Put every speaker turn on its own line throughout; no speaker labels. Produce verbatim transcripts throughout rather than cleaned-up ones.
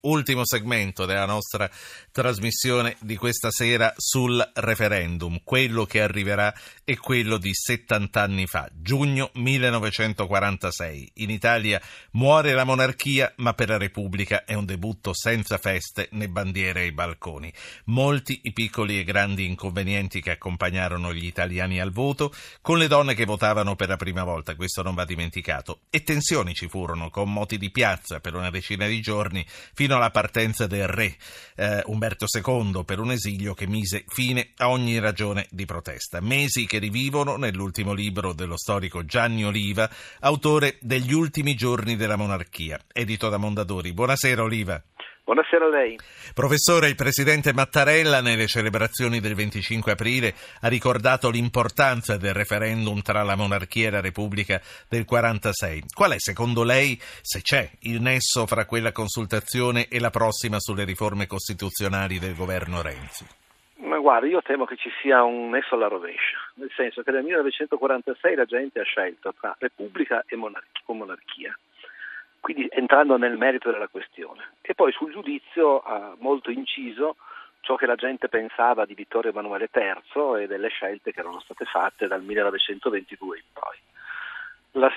Ultimo segmento della nostra trasmissione di questa sera sul referendum, quello che arriverà è quello di settanta anni fa, giugno millenovecentoquarantasei. In Italia muore la monarchia, ma per la Repubblica è un debutto senza feste né bandiere ai balconi. Molti i piccoli e grandi inconvenienti che accompagnarono gli italiani al voto, con le donne che votavano per la prima volta, questo non va dimenticato, e tensioni ci furono con moti di piazza per una decina di giorni, fino alla partenza del re eh, Umberto secondo per un esilio che mise fine a ogni ragione di protesta. Mesi che rivivono nell'ultimo libro dello storico Gianni Oliva, autore degli ultimi giorni della monarchia, edito da Mondadori. Buonasera Oliva.
Buonasera a lei.
Professore, il presidente Mattarella nelle celebrazioni del venticinque aprile ha ricordato l'importanza del referendum tra la monarchia e la Repubblica del quarantasei. Qual è, secondo lei, se c'è, il nesso fra quella consultazione e la prossima sulle riforme costituzionali del governo Renzi?
Ma guarda, io temo che ci sia un nesso alla rovescia, nel senso che nel millenovecentoquarantasei la gente ha scelto tra Repubblica e monarchia. Quindi entrando nel merito della questione. E poi sul giudizio ha molto inciso ciò che la gente pensava di Vittorio Emanuele terzo e delle scelte che erano state fatte dal millenovecentoventidue in poi. La,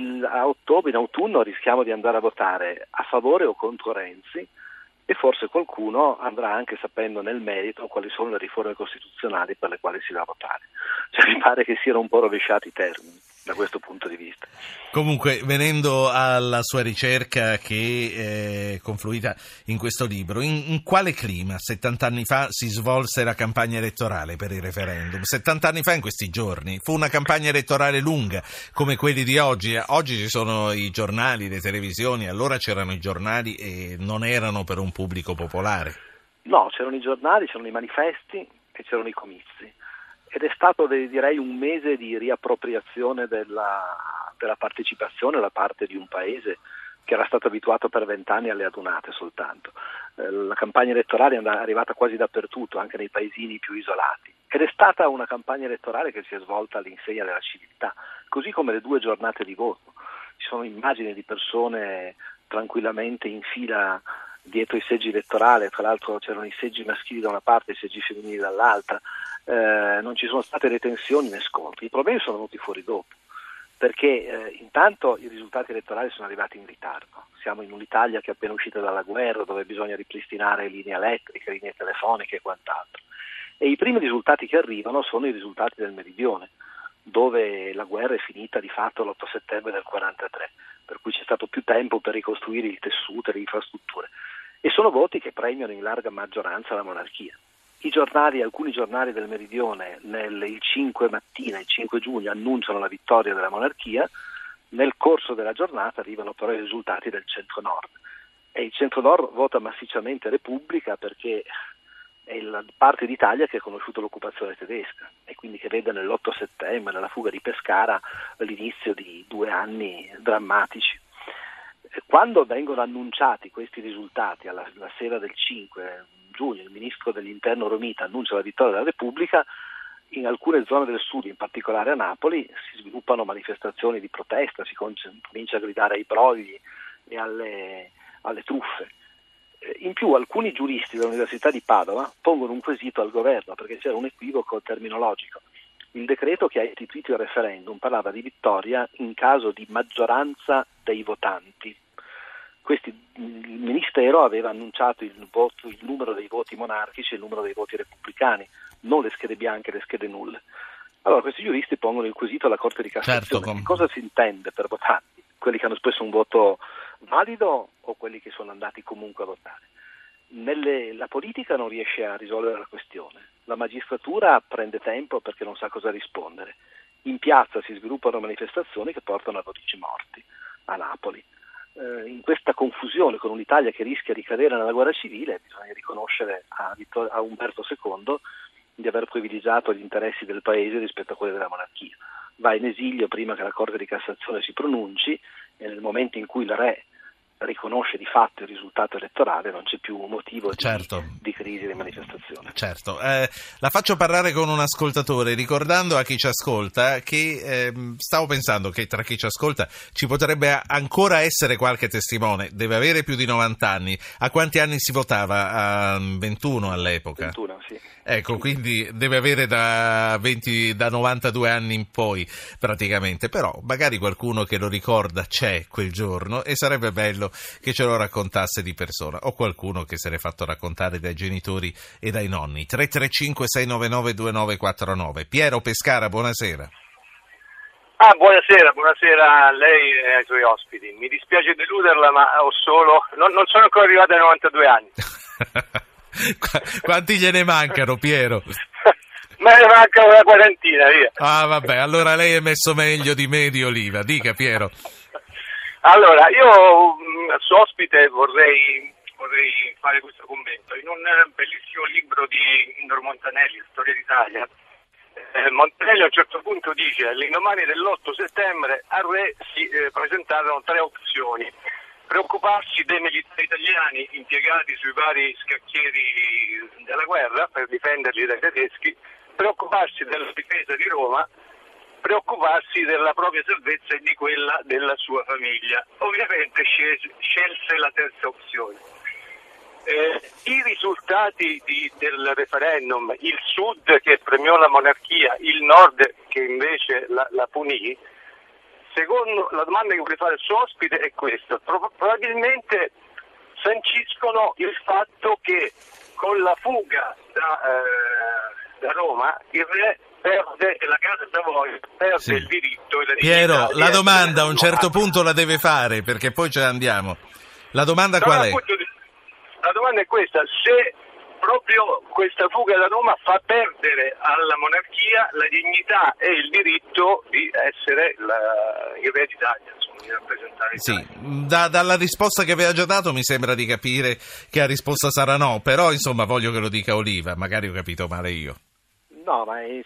a ottobre, in autunno, rischiamo di andare a votare a favore o contro Renzi e forse qualcuno andrà anche sapendo nel merito quali sono le riforme costituzionali per le quali si va a votare. Cioè, mi pare che siano un po' rovesciati i termini da questo punto di vista.
Comunque, venendo alla sua ricerca che è confluita in questo libro, in, in quale clima settanta anni fa si svolse la campagna elettorale per il referendum? settanta anni fa in questi giorni fu una campagna elettorale lunga come quelli di oggi. Oggi ci sono i giornali, le televisioni, allora c'erano i giornali e non erano per un pubblico popolare.
No, c'erano i giornali, c'erano i manifesti e c'erano i comizi. Ed è stato, direi, un mese di riappropriazione della, della partecipazione da parte di un paese che era stato abituato per vent'anni alle adunate soltanto. Eh, la campagna elettorale è arrivata quasi dappertutto, anche nei paesini più isolati. Ed è stata una campagna elettorale che si è svolta all'insegna della civiltà, così come le due giornate di voto. Ci sono immagini di persone tranquillamente in fila dietro i seggi elettorali, tra l'altro c'erano i seggi maschili da una parte e i seggi femminili dall'altra. Eh, non ci sono state né tensioni né scontri. I problemi sono venuti fuori dopo, perché eh, intanto i risultati elettorali sono arrivati in ritardo. Siamo in un'Italia che è appena uscita dalla guerra, dove bisogna ripristinare linee elettriche, linee telefoniche e quant'altro. E i primi risultati che arrivano sono i risultati del Meridione, dove la guerra è finita di fatto l'otto settembre del quarantatré, per cui c'è stato più tempo per ricostruire il tessuto e le infrastrutture. E sono voti che premiano in larga maggioranza la monarchia. I giornali, alcuni giornali del Meridione nel, il cinque mattina, il cinque giugno, annunciano la vittoria della monarchia, nel corso della giornata arrivano però i risultati del centro-nord. E il centro-nord vota massicciamente Repubblica perché è la parte d'Italia che ha conosciuto l'occupazione tedesca e quindi che vede nell'otto settembre, nella fuga di Pescara, l'inizio di due anni drammatici. Quando vengono annunciati questi risultati alla, alla sera del cinque giugno, il ministro dell'Interno Romita annuncia la vittoria della Repubblica, in alcune zone del sud, in particolare a Napoli, si sviluppano manifestazioni di protesta, si comincia a gridare ai brogli e alle, alle truffe. In più alcuni giuristi dell'Università di Padova pongono un quesito al governo perché c'era un equivoco terminologico. Il decreto che ha istituito il referendum parlava di vittoria in caso di maggioranza dei votanti. Questi, il Ministero aveva annunciato il, voto, il numero dei voti monarchici e il numero dei voti repubblicani, non le schede bianche e le schede nulle. Allora questi giuristi pongono il quesito alla Corte di Cassazione.
Certo.
Che cosa si intende per votanti? Quelli che hanno espresso un voto valido o quelli che sono andati comunque a votare? Nelle, la politica non riesce a risolvere la questione, la magistratura prende tempo perché non sa cosa rispondere. In piazza si sviluppano manifestazioni che portano a dodici morti a Napoli. Eh, in questa confusione con un'Italia che rischia di cadere nella guerra civile bisogna riconoscere a, Vittor- a Umberto secondo di aver privilegiato gli interessi del paese rispetto a quelli della monarchia. Va in esilio prima che la Corte di Cassazione si pronunci e nel momento in cui il re riconosce di fatto il risultato elettorale, non c'è più motivo di,
certo.
di crisi di manifestazione.
Certo, eh, la faccio parlare con un ascoltatore, ricordando a chi ci ascolta che eh, stavo pensando che tra chi ci ascolta ci potrebbe ancora essere qualche testimone, deve avere più di novanta anni. A quanti anni si votava? A ventuno all'epoca?
ventuno, sì.
Ecco, quindi deve avere da venti, da novantadue anni in poi praticamente, però magari qualcuno che lo ricorda c'è quel giorno e sarebbe bello che ce lo raccontasse di persona, o qualcuno che se l'è fatto raccontare dai genitori e dai nonni. tre tre cinque sei nove nove due nove quattro nove. Piero Pescara, buonasera.
Ah, buonasera, buonasera a lei e ai suoi ospiti. Mi dispiace deluderla, ma ho solo non, non sono ancora arrivato ai novantadue anni.
Quanti gliene mancano, Piero?
Me ne manca una quarantina, via.
Ah, vabbè, allora lei è messo meglio di me e di Oliva. Dica, Piero.
Allora, io mh, su ospite vorrei, vorrei fare questo commento. In un bellissimo libro di Indro Montanelli, Storia d'Italia, eh, Montanelli a un certo punto dice: all'indomani dell'otto settembre al re si eh, presentarono tre opzioni. Preoccuparsi dei militari italiani impiegati sui vari scacchieri della guerra per difenderli dai tedeschi, preoccuparsi della difesa di Roma, preoccuparsi della propria salvezza e di quella della sua famiglia. Ovviamente scelse, scelse la terza opzione. Eh, I risultati di, del referendum, il sud che premiò la monarchia, il nord che invece la, la punì, secondo la domanda che vorrei fare al suo ospite è questa: Pro- probabilmente sanciscono il fatto che con la fuga da, eh, da Roma il re perde la casa Savoia, perde sì. il diritto e la dignità.
Piero, la domanda a un certo punto la deve fare, perché poi ce ne andiamo. La domanda qual è?
La domanda è questa: se proprio questa fuga da Roma fa perdere alla monarchia la dignità e il diritto di essere la, il re d'Italia, insomma, di rappresentare l'Italia.
Sì, da, dalla risposta che aveva già dato mi sembra di capire che la risposta sarà no, però insomma voglio che lo dica Oliva, magari ho capito male io.
No, ma il,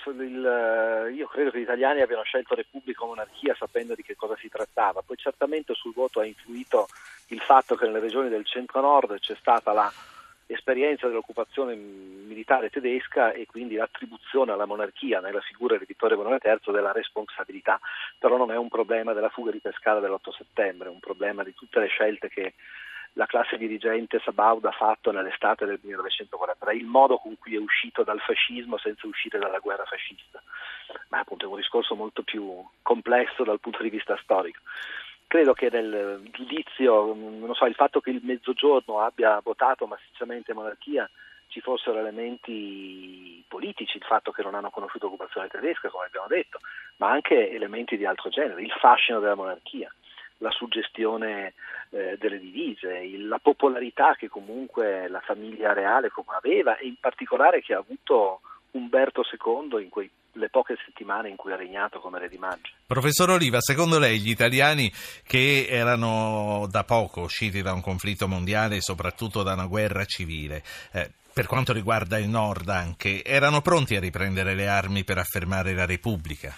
io credo che gli italiani abbiano scelto Repubblica o monarchia sapendo di che cosa si trattava. Poi certamente sul voto ha influito il fatto che nelle regioni del centro-nord c'è stata la esperienza dell'occupazione militare tedesca e quindi l'attribuzione alla monarchia nella figura di Vittorio Emanuele terzo della responsabilità. Però non è un problema della fuga di Pescara dell'otto settembre, è un problema di tutte le scelte che la classe dirigente Sabaud ha fatto nell'estate del millenovecentoquarantatré, il modo con cui è uscito dal fascismo senza uscire dalla guerra fascista. Ma appunto è un discorso molto più complesso dal punto di vista storico. Credo che nel giudizio, non so, il fatto che il Mezzogiorno abbia votato massicciamente monarchia ci fossero elementi politici, il fatto che non hanno conosciuto occupazione tedesca, come abbiamo detto, ma anche elementi di altro genere, il fascino della monarchia, la suggestione eh, delle divise, il, la popolarità che comunque la famiglia reale aveva e in particolare che ha avuto Umberto secondo in quei le poche settimane in cui ha regnato come re di maggio.
Professor Oliva, secondo lei gli italiani che erano da poco usciti da un conflitto mondiale e soprattutto da una guerra civile, eh, per quanto riguarda il nord anche, erano pronti a riprendere le armi per affermare la Repubblica?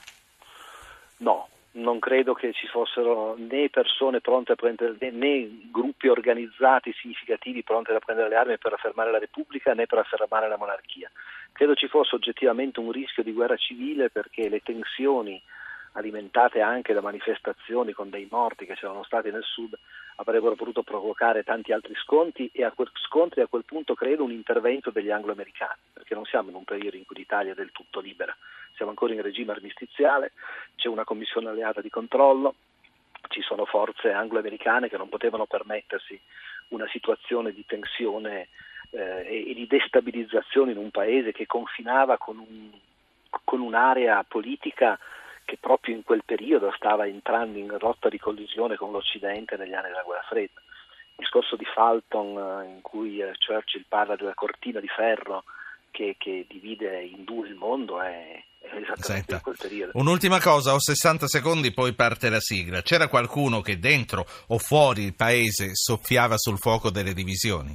No, non credo che ci fossero né persone pronte a prendere, né, né gruppi organizzati significativi pronti a prendere le armi per affermare la Repubblica né per affermare la monarchia. Credo ci fosse oggettivamente un rischio di guerra civile perché le tensioni alimentate anche da manifestazioni con dei morti che c'erano stati nel sud avrebbero potuto provocare tanti altri scontri e a quel, scontri a quel punto credo un intervento degli anglo-americani, perché non siamo in un periodo in cui l'Italia è del tutto libera, siamo ancora in regime armistiziale, c'è una commissione alleata di controllo, ci sono forze anglo-americane che non potevano permettersi una situazione di tensione eh, e di destabilizzazione in un paese che confinava con, un, con un'area politica che proprio in quel periodo stava entrando in rotta di collisione con l'Occidente negli anni della guerra fredda. Il discorso di Fulton in cui Churchill parla della cortina di ferro che, che divide in due il mondo è, è esattamente
Senta,
in quel periodo.
Un'ultima cosa, ho sessanta secondi, poi parte la sigla. C'era qualcuno che dentro o fuori il paese soffiava sul fuoco delle divisioni?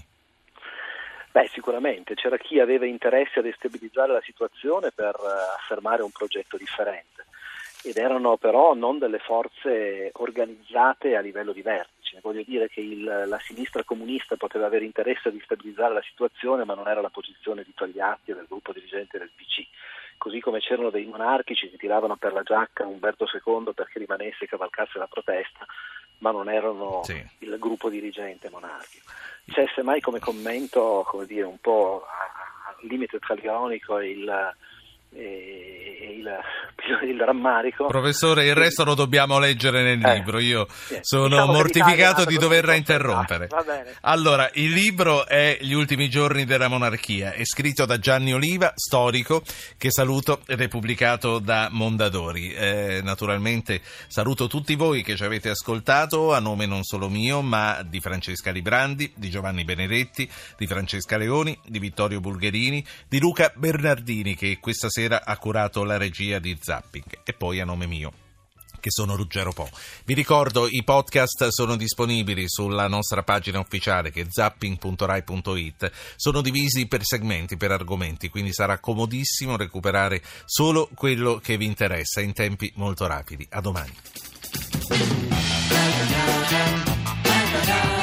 Beh, sicuramente. C'era chi aveva interesse a destabilizzare la situazione per affermare un progetto differente. Ed erano però non delle forze organizzate a livello di vertice, immagine. Voglio dire che il, la sinistra comunista poteva avere interesse a destabilizzare la situazione, ma non era la posizione di Togliatti e del gruppo dirigente del P C. Così come c'erano dei monarchici che tiravano per la giacca Umberto secondo perché rimanesse e cavalcasse la protesta, ma non erano sì. il gruppo dirigente monarchico. C'è semmai come commento, come dire, un po' al limite tra l'ironico e il... E il, il rammarico.
Professore, il resto lo dobbiamo leggere nel eh, libro. Io sì, sono diciamo mortificato di doverla interrompere.
Va bene.
Allora, il libro è Gli ultimi giorni della monarchia, è scritto da Gianni Oliva, storico, che saluto, ed è pubblicato da Mondadori. Eh, naturalmente saluto tutti voi che ci avete ascoltato, a nome non solo mio, ma di Francesca Librandi, di Giovanni Benedetti, di Francesca Leoni, di Vittorio Bulgherini, di Luca Bernardini, che questa sera ha curato la regia di Zapping, e poi a nome mio, che sono Ruggero Po. Vi ricordo, i podcast sono disponibili sulla nostra pagina ufficiale, che è zapping punto rai punto it. Sono divisi per segmenti, per argomenti, quindi sarà comodissimo recuperare solo quello che vi interessa in tempi molto rapidi. A domani.